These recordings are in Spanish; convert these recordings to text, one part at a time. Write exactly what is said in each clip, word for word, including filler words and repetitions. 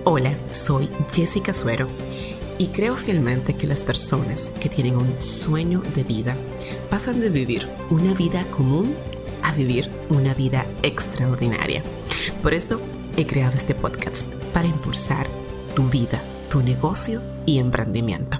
Hola, soy Jessica Suero y creo fielmente que las personas que tienen un sueño de vida pasan de vivir una vida común a vivir una vida extraordinaria. Por eso he creado este podcast para impulsar tu vida, tu negocio y emprendimiento.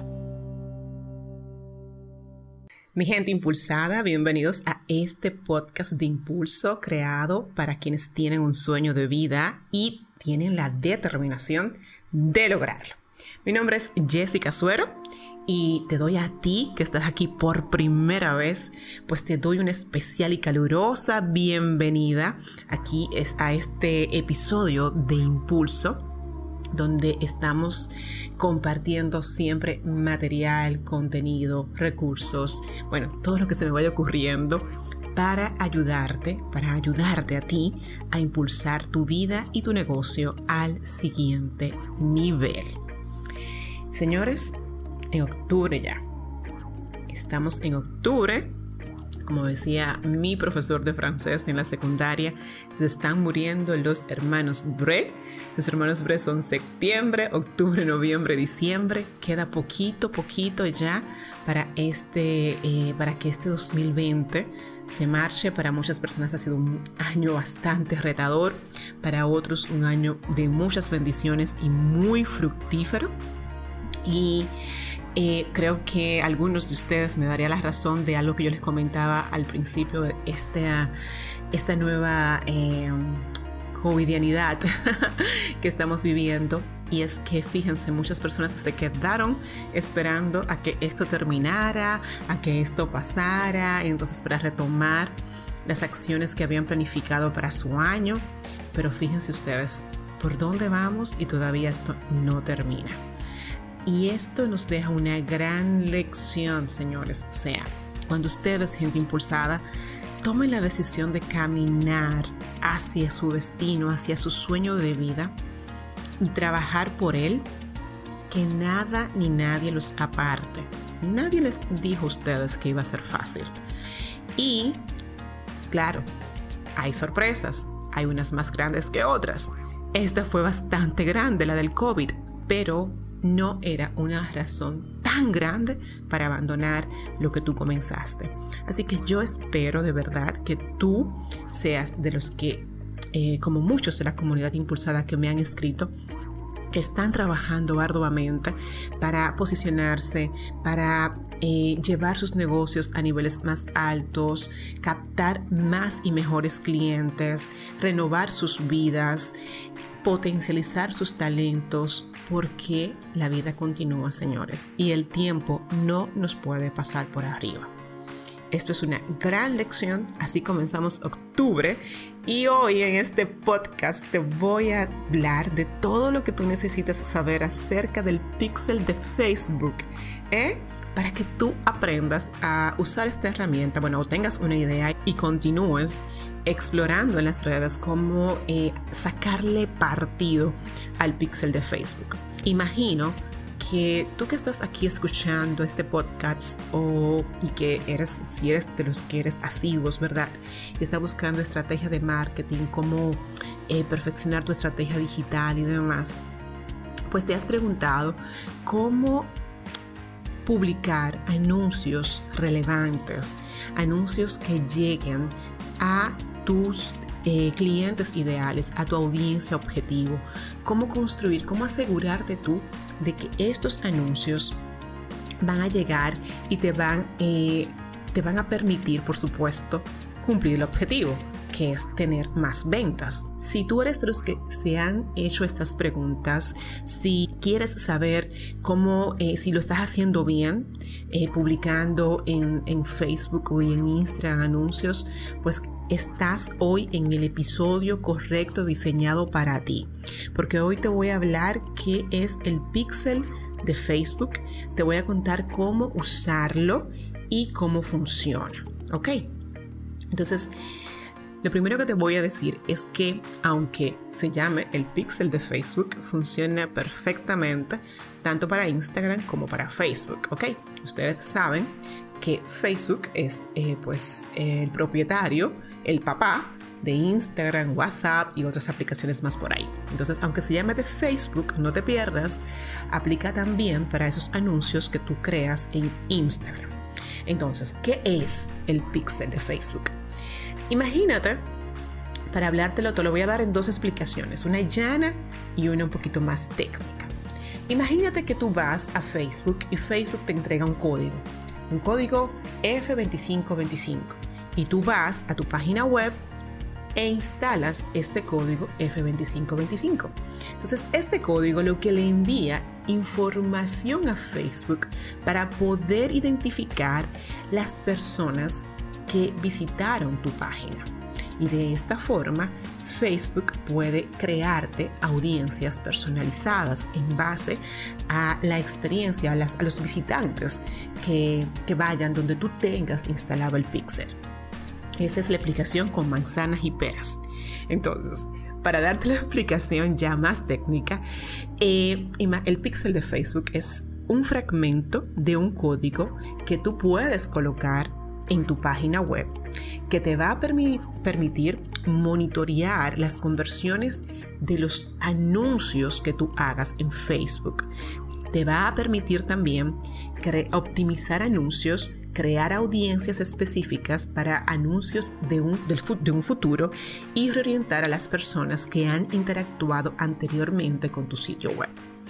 Mi gente impulsada, bienvenidos a este podcast de impulso creado para quienes tienen un sueño de vida y tienen la determinación de lograrlo. Mi nombre es Jessica Suero y te doy a ti que estás aquí por primera vez, pues te doy una especial y calurosa bienvenida aquí es a este episodio de Impulso, donde estamos compartiendo siempre material, contenido, recursos, bueno, todo lo que se me vaya ocurriendo para ayudarte, para ayudarte a ti a impulsar tu vida y tu negocio al siguiente nivel. Señores, en octubre ya. Estamos en octubre. Como decía mi profesor de francés en la secundaria, se están muriendo los hermanos Bre. Los hermanos Bre son septiembre, octubre, noviembre, diciembre. Queda poquito, poquito ya para, este, eh, para que este dos mil veinte se marche. Para muchas personas ha sido un año bastante retador. Para otros un año de muchas bendiciones y muy fructífero. Y eh, creo que algunos de ustedes me darían la razón de algo que yo les comentaba al principio de esta, esta nueva eh, covidianidad que estamos viviendo. Y es que fíjense, muchas personas se quedaron esperando a que esto terminara, a que esto pasara, entonces para retomar las acciones que habían planificado para su año. Pero fíjense ustedes por dónde vamos y todavía esto no termina. Y esto nos deja una gran lección, señores. O sea, cuando ustedes, gente impulsada, tomen la decisión de caminar hacia su destino, hacia su sueño de vida y trabajar por él, que nada ni nadie los aparte. Nadie les dijo a ustedes que iba a ser fácil. Y, claro, hay sorpresas. Hay unas más grandes que otras. Esta fue bastante grande, la del COVID, pero no era una razón tan grande para abandonar lo que tú comenzaste. Así que yo espero de verdad que tú seas de los que, eh, como muchos de la comunidad impulsada que me han escrito, que están trabajando arduamente para posicionarse, para eh, llevar sus negocios a niveles más altos, captar más y mejores clientes, renovar sus vidas, potencializar sus talentos, porque la vida continúa, señores, y el tiempo no nos puede pasar por arriba. Esto es una gran lección, así comenzamos octubre y hoy en este podcast te voy a hablar de todo lo que tú necesitas saber acerca del pixel de Facebook, ¿eh? Para que tú aprendas a usar esta herramienta, bueno, o tengas una idea y continúes explorando en las redes cómo eh, sacarle partido al pixel de Facebook. Imagino que tú que estás aquí escuchando este podcast o y que eres, si eres de los que eres asiduos, ¿verdad? Y estás buscando estrategia de marketing, cómo eh, perfeccionar tu estrategia digital y demás, pues te has preguntado cómo publicar anuncios relevantes, anuncios que lleguen a tus eh, clientes ideales, a tu audiencia objetivo, cómo construir, cómo asegurarte tú de que estos anuncios van a llegar y te van, eh, te van a permitir, por supuesto, cumplir el objetivo, que es tener más ventas. Si tú eres de los que se han hecho estas preguntas, si quieres saber cómo, eh, si lo estás haciendo bien, eh, publicando en, en Facebook o en Instagram anuncios, pues estás hoy en el episodio correcto diseñado para ti. Porque hoy te voy a hablar qué es el pixel de Facebook, te voy a contar cómo usarlo y cómo funciona, ¿ok? Entonces, lo primero que te voy a decir es que aunque se llame el pixel de Facebook, funciona perfectamente tanto para Instagram como para Facebook, ¿ok? Ustedes saben que Facebook es eh, pues el propietario, el papá de Instagram, WhatsApp y otras aplicaciones más por ahí. Entonces, aunque se llame de Facebook, no te pierdas, aplica también para esos anuncios que tú creas en Instagram. Entonces, ¿qué es el pixel de Facebook? Imagínate, para hablártelo, te lo voy a dar en dos explicaciones, una llana y una un poquito más técnica. Imagínate que tú vas a Facebook y Facebook te entrega un código, un código F veinticinco veinticinco, y tú vas a tu página web e instalas este código F veinticinco veinticinco. Entonces, este código lo que le envía información a Facebook para poder identificar las personas que visitaron tu página. Y de esta forma, Facebook puede crearte audiencias personalizadas en base a la experiencia, a, las, a los visitantes que, que vayan donde tú tengas instalado el pixel. Esa es la explicación con manzanas y peras. Entonces, para darte la explicación ya más técnica, eh, el pixel de Facebook es un fragmento de un código que tú puedes colocar en tu página web, que te va a permi- permitir monitorear las conversiones de los anuncios que tú hagas en Facebook. Te va a permitir también cre- optimizar anuncios, crear audiencias específicas para anuncios de un, del fu- de un futuro y reorientar a las personas que han interactuado anteriormente con tu sitio web.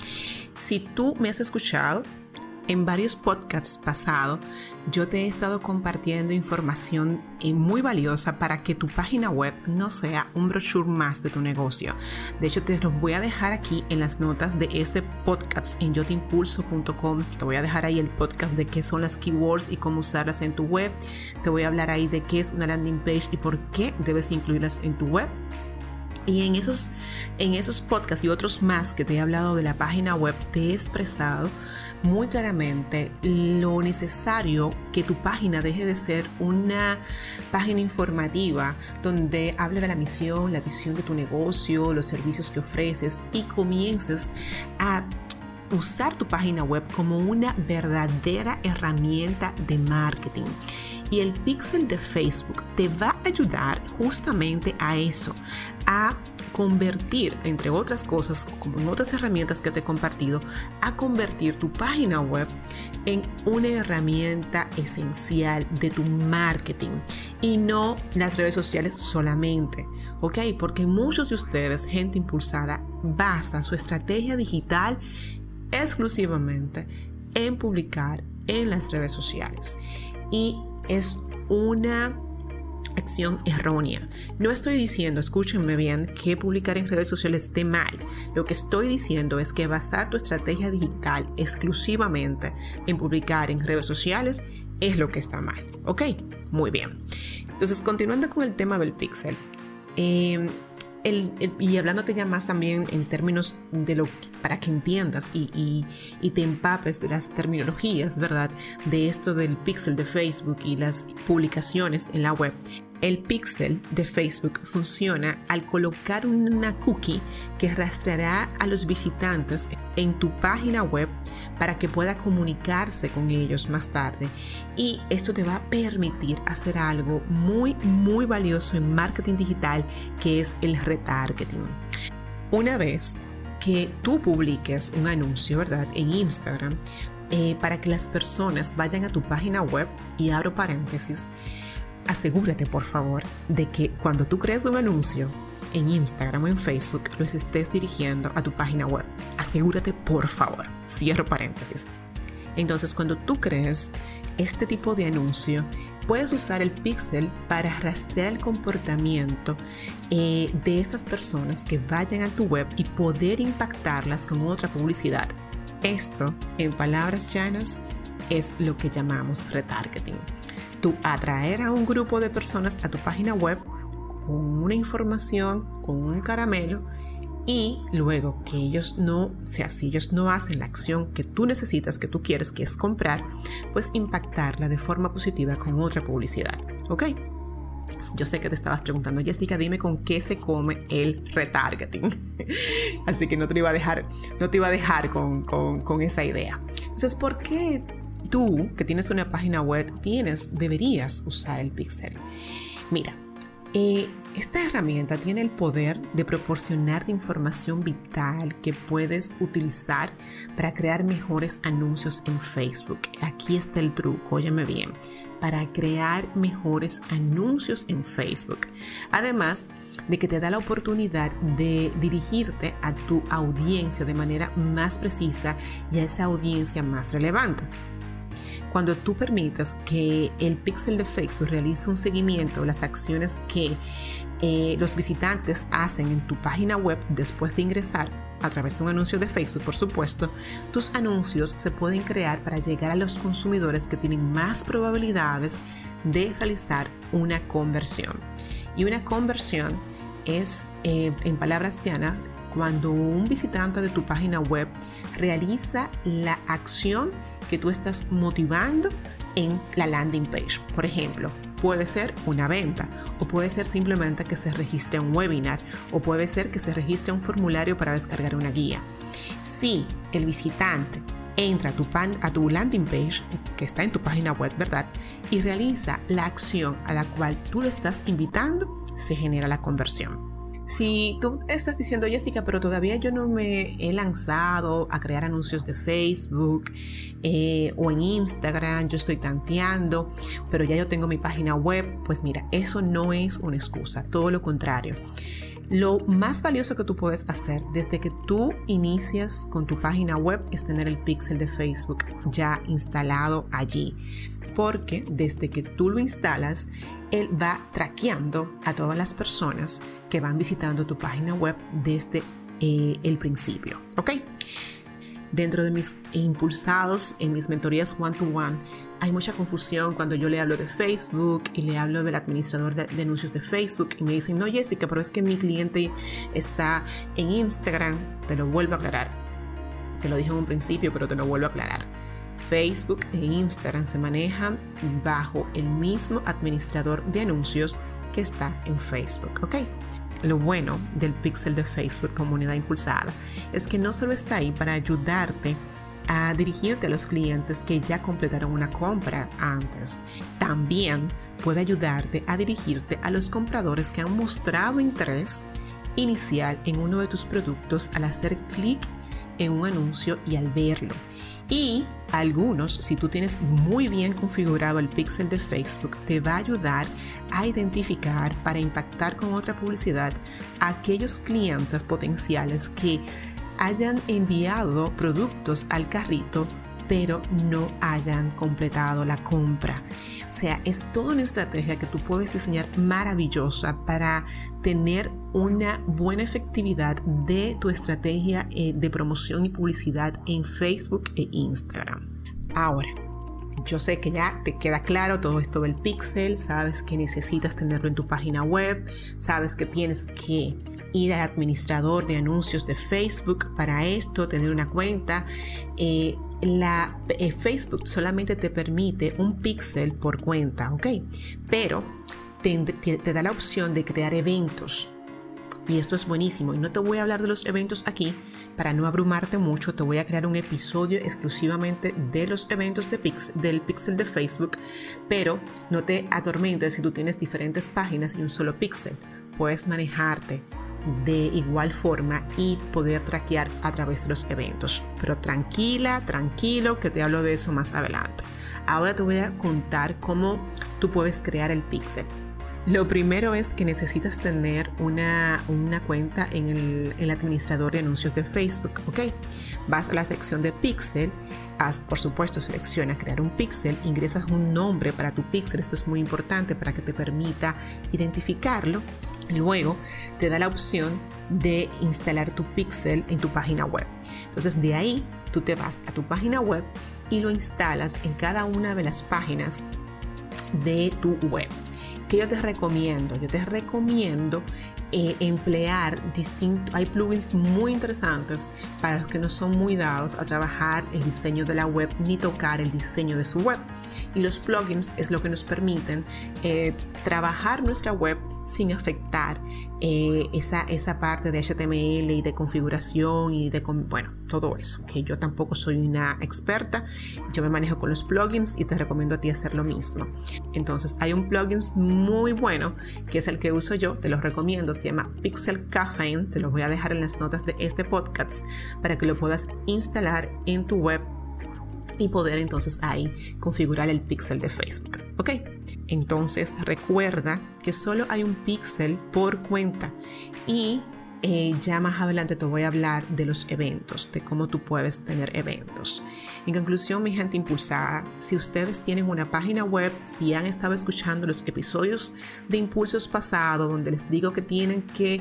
Si tú me has escuchado en varios podcasts pasados, yo te he estado compartiendo información muy valiosa para que tu página web no sea un brochure más de tu negocio. De hecho, te los voy a dejar aquí en las notas de este podcast en yo te impulso punto com. Te voy a dejar ahí el podcast de qué son las keywords y cómo usarlas en tu web. Te voy a hablar ahí de qué es una landing page y por qué debes incluirlas en tu web. Y en esos, en esos podcasts y otros más que te he hablado de la página web, te he expresado muy claramente lo necesario que tu página deje de ser una página informativa donde hable de la misión, la visión de tu negocio, los servicios que ofreces y comiences a usar tu página web como una verdadera herramienta de marketing. Y el pixel de Facebook te va a ayudar justamente a eso, a convertir, entre otras cosas, como en otras herramientas que te he compartido, a convertir tu página web en una herramienta esencial de tu marketing y no las redes sociales solamente, ¿ok? Porque muchos de ustedes, gente impulsada, basa su estrategia digital exclusivamente en publicar en las redes sociales. Y es una acción errónea. No estoy diciendo, escúchenme bien, que publicar en redes sociales esté mal. Lo que estoy diciendo es que basar tu estrategia digital exclusivamente en publicar en redes sociales es lo que está mal. ¿Ok? Muy bien. Entonces, continuando con el tema del pixel, eh, El, el, y hablándote ya más también en términos de lo para que entiendas y, y, y te empapes de las terminologías, ¿verdad? De esto del pixel de Facebook y las publicaciones en la web. El pixel de Facebook funciona al colocar una cookie que rastreará a los visitantes en tu página web para que pueda comunicarse con ellos más tarde. Y esto te va a permitir hacer algo muy, muy valioso en marketing digital, que es el retargeting. Una vez que tú publiques un anuncio, ¿verdad?, en Instagram, eh, para que las personas vayan a tu página web, y abro paréntesis, asegúrate por favor de que cuando tú crees un anuncio en Instagram o en Facebook los estés dirigiendo a tu página web. Asegúrate por favor, cierro paréntesis. Entonces, cuando tú crees este tipo de anuncio, puedes usar el pixel para rastrear el comportamiento eh, de estas personas que vayan a tu web y poder impactarlas con otra publicidad. Esto, en palabras llanas, es lo que llamamos retargeting. Tú atraer a un grupo de personas a tu página web con una información, con un caramelo, y luego que ellos no, o sea, si ellos no hacen la acción que tú necesitas, que tú quieres, que es comprar, pues impactarla de forma positiva con otra publicidad, ¿ok? Yo sé que te estabas preguntando, Jessica, dime con qué se come el retargeting. Así que no te iba a dejar, no te iba a dejar con, con, con esa idea. Entonces, ¿por qué tú, que tienes una página web, tienes, deberías usar el pixel? Mira, eh, Esta herramienta tiene el poder de proporcionarte información vital que puedes utilizar para crear mejores anuncios en Facebook. Aquí está el truco, óyeme bien, para crear mejores anuncios en Facebook. Además de que te da la oportunidad de dirigirte a tu audiencia de manera más precisa y a esa audiencia más relevante. Cuando tú permitas que el píxel de Facebook realice un seguimiento de las acciones que eh, los visitantes hacen en tu página web después de ingresar a través de un anuncio de Facebook, por supuesto, tus anuncios se pueden crear para llegar a los consumidores que tienen más probabilidades de realizar una conversión. Y una conversión es, eh, en palabras llanas, cuando un visitante de tu página web realiza la acción que tú estás motivando en la landing page. Por ejemplo, puede ser una venta, o puede ser simplemente que se registre un webinar, o puede ser que se registre un formulario para descargar una guía. Si el visitante entra a tu, pan, a tu landing page, que está en tu página web, ¿verdad?, y realiza la acción a la cual tú lo estás invitando, se genera la conversión. Si tú estás diciendo, Jessica, pero todavía yo no me he lanzado a crear anuncios de Facebook eh, o en Instagram, yo estoy tanteando, pero ya yo tengo mi página web, pues mira, eso no es una excusa, todo lo contrario. Lo más valioso que tú puedes hacer desde que tú inicias con tu página web es tener el píxel de Facebook ya instalado allí. Porque desde que tú lo instalas, él va traqueando a todas las personas que van visitando tu página web desde eh, el principio, ¿ok? Dentro de mis impulsados, en mis mentorías one-to-one, hay mucha confusión cuando yo le hablo de Facebook y le hablo del administrador de, de anuncios de Facebook y me dicen, no, Jessica, pero es que mi cliente está en Instagram. Te lo vuelvo a aclarar. Te lo dije en un principio, pero te lo vuelvo a aclarar. Facebook e Instagram se manejan bajo el mismo administrador de anuncios que está en Facebook, ¿ok? Lo bueno del píxel de Facebook Comunidad Impulsada es que no solo está ahí para ayudarte a dirigirte a los clientes que ya completaron una compra antes, también puede ayudarte a dirigirte a los compradores que han mostrado interés inicial en uno de tus productos al hacer clic en un anuncio y al verlo. Y algunos, si tú tienes muy bien configurado el píxel de Facebook, te va a ayudar a identificar para impactar con otra publicidad a aquellos clientes potenciales que hayan enviado productos al carrito pero no hayan completado la compra. O sea, es toda una estrategia que tú puedes diseñar maravillosa para tener una buena efectividad de tu estrategia eh, de promoción y publicidad en Facebook e Instagram. Ahora, yo sé que ya te queda claro todo esto del píxel, sabes que necesitas tenerlo en tu página web, sabes que tienes que ir al administrador de anuncios de Facebook para esto, tener una cuenta. Eh, la, eh, Facebook solamente te permite un píxel por cuenta, ¿ok? Pero te, te, te da la opción de crear eventos. Y esto es buenísimo. Y no te voy a hablar de los eventos aquí para no abrumarte mucho. Te voy a crear un episodio exclusivamente de los eventos de Pix, del píxel de Facebook. Pero no te atormentes si tú tienes diferentes páginas y un solo píxel. Puedes manejarte de igual forma y poder traquear a través de los eventos. Pero tranquila, tranquilo, que te hablo de eso más adelante. Ahora te voy a contar cómo tú puedes crear el píxel. Lo primero es que necesitas tener una, una cuenta en el, el administrador de anuncios de Facebook, ¿ok? Vas a la sección de píxel, haz, por supuesto, selecciona crear un píxel, ingresas un nombre para tu píxel, esto es muy importante para que te permita identificarlo. Luego te da la opción de instalar tu píxel en tu página web. Entonces de ahí tú te vas a tu página web y lo instalas en cada una de las páginas de tu web. ¿Qué yo te recomiendo? Yo te recomiendo eh, emplear distintos, hay plugins muy interesantes para los que no son muy dados a trabajar el diseño de la web ni tocar el diseño de su web. Y los plugins es lo que nos permiten eh, trabajar nuestra web sin afectar eh, esa, esa parte de H T M L y de configuración y de, bueno, todo eso, que yo tampoco soy una experta. Yo me manejo con los plugins y te recomiendo a ti hacer lo mismo. Entonces hay un plugin muy bueno que es el que uso yo, te lo recomiendo, se llama Pixel Caffeine. Te lo voy a dejar en las notas de este podcast para que lo puedas instalar en tu web y poder entonces ahí configurar el pixel de Facebook. Ok, entonces recuerda que solo hay un pixel por cuenta y eh, ya más adelante te voy a hablar de los eventos, de cómo tú puedes tener eventos. En conclusión, mi gente impulsada, si ustedes tienen una página web, si han estado escuchando los episodios de Impulsos pasados donde les digo que tienen que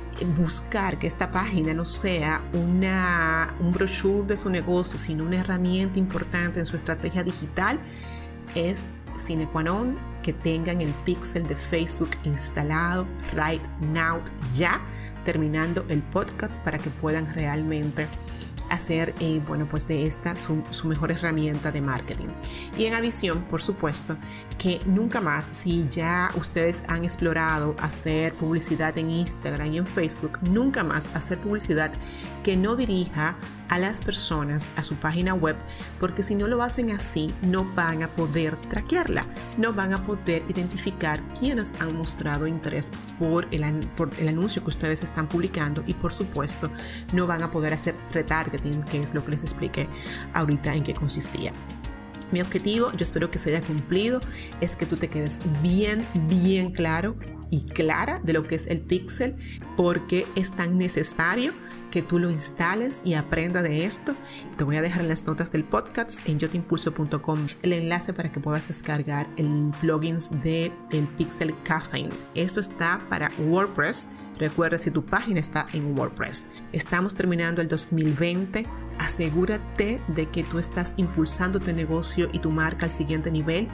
buscar que esta página no sea una, un brochure de su negocio, sino una herramienta importante en su estrategia digital, es sine qua non que tengan el pixel de Facebook instalado right now, ya terminando el podcast, para que puedan realmente hacer eh, bueno, pues de esta su, su mejor herramienta de marketing. Y en adición, por supuesto, que nunca más, si ya ustedes han explorado hacer publicidad en Instagram y en Facebook, nunca más hacer publicidad que no dirija a las personas a su página web, porque si no lo hacen así, no van a poder traquearla, no van a poder identificar quiénes han mostrado interés por el, por el anuncio que ustedes están publicando, y por supuesto no van a poder hacer retargeting, que es lo que les expliqué ahorita en qué consistía. Mi objetivo, yo espero que se haya cumplido, es que tú te quedes bien, bien claro y clara de lo que es el pixel, porque es tan necesario que tú lo instales y aprenda de esto. Te voy a dejar en las notas del podcast en yo te impulso punto com el enlace para que puedas descargar el plugins de el Pixel Caffeine. Esto está para WordPress. Recuerda, si tu página está en WordPress. Estamos terminando el dos mil veinte. Asegúrate de que tú estás impulsando tu negocio y tu marca al siguiente nivel,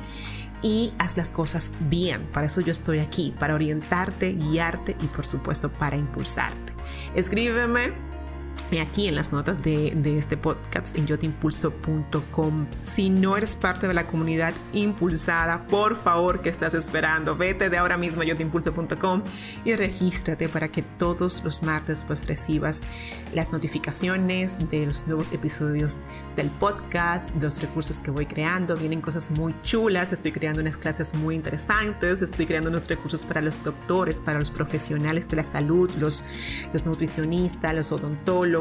y haz las cosas bien. Para eso yo estoy aquí, para orientarte, guiarte y por supuesto para impulsarte. Escríbeme aquí en las notas de, de este podcast en yo te impulso punto com. Si no eres parte de la comunidad impulsada, por favor, ¿qué estás esperando? Vete de ahora mismo a yo te impulso punto com y regístrate para que todos los martes pues recibas las notificaciones de los nuevos episodios del podcast, de los recursos que voy creando. Vienen cosas muy chulas, estoy creando unas clases muy interesantes, estoy creando unos recursos para los doctores, para los profesionales de la salud, los, los nutricionistas, los odontólogos,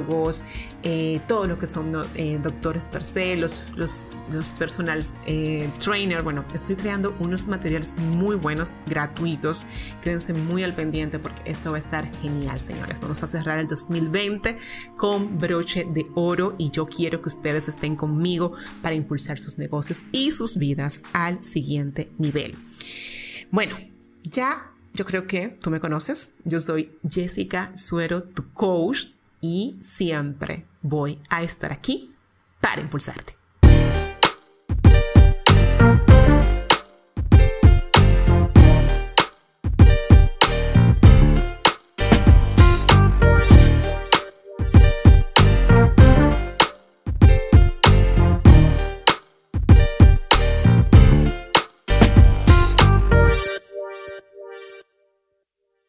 Eh, todo lo que son eh, doctores per se, los, los, los personal eh, trainer. Bueno, estoy creando unos materiales muy buenos, gratuitos. Quédense muy al pendiente porque esto va a estar genial, señores. Vamos a cerrar el dos mil veinte con broche de oro y yo quiero que ustedes estén conmigo para impulsar sus negocios y sus vidas al siguiente nivel. Bueno, ya yo creo que tú me conoces. Yo soy Jessica Suero, tu coach, y siempre voy a estar aquí para impulsarte.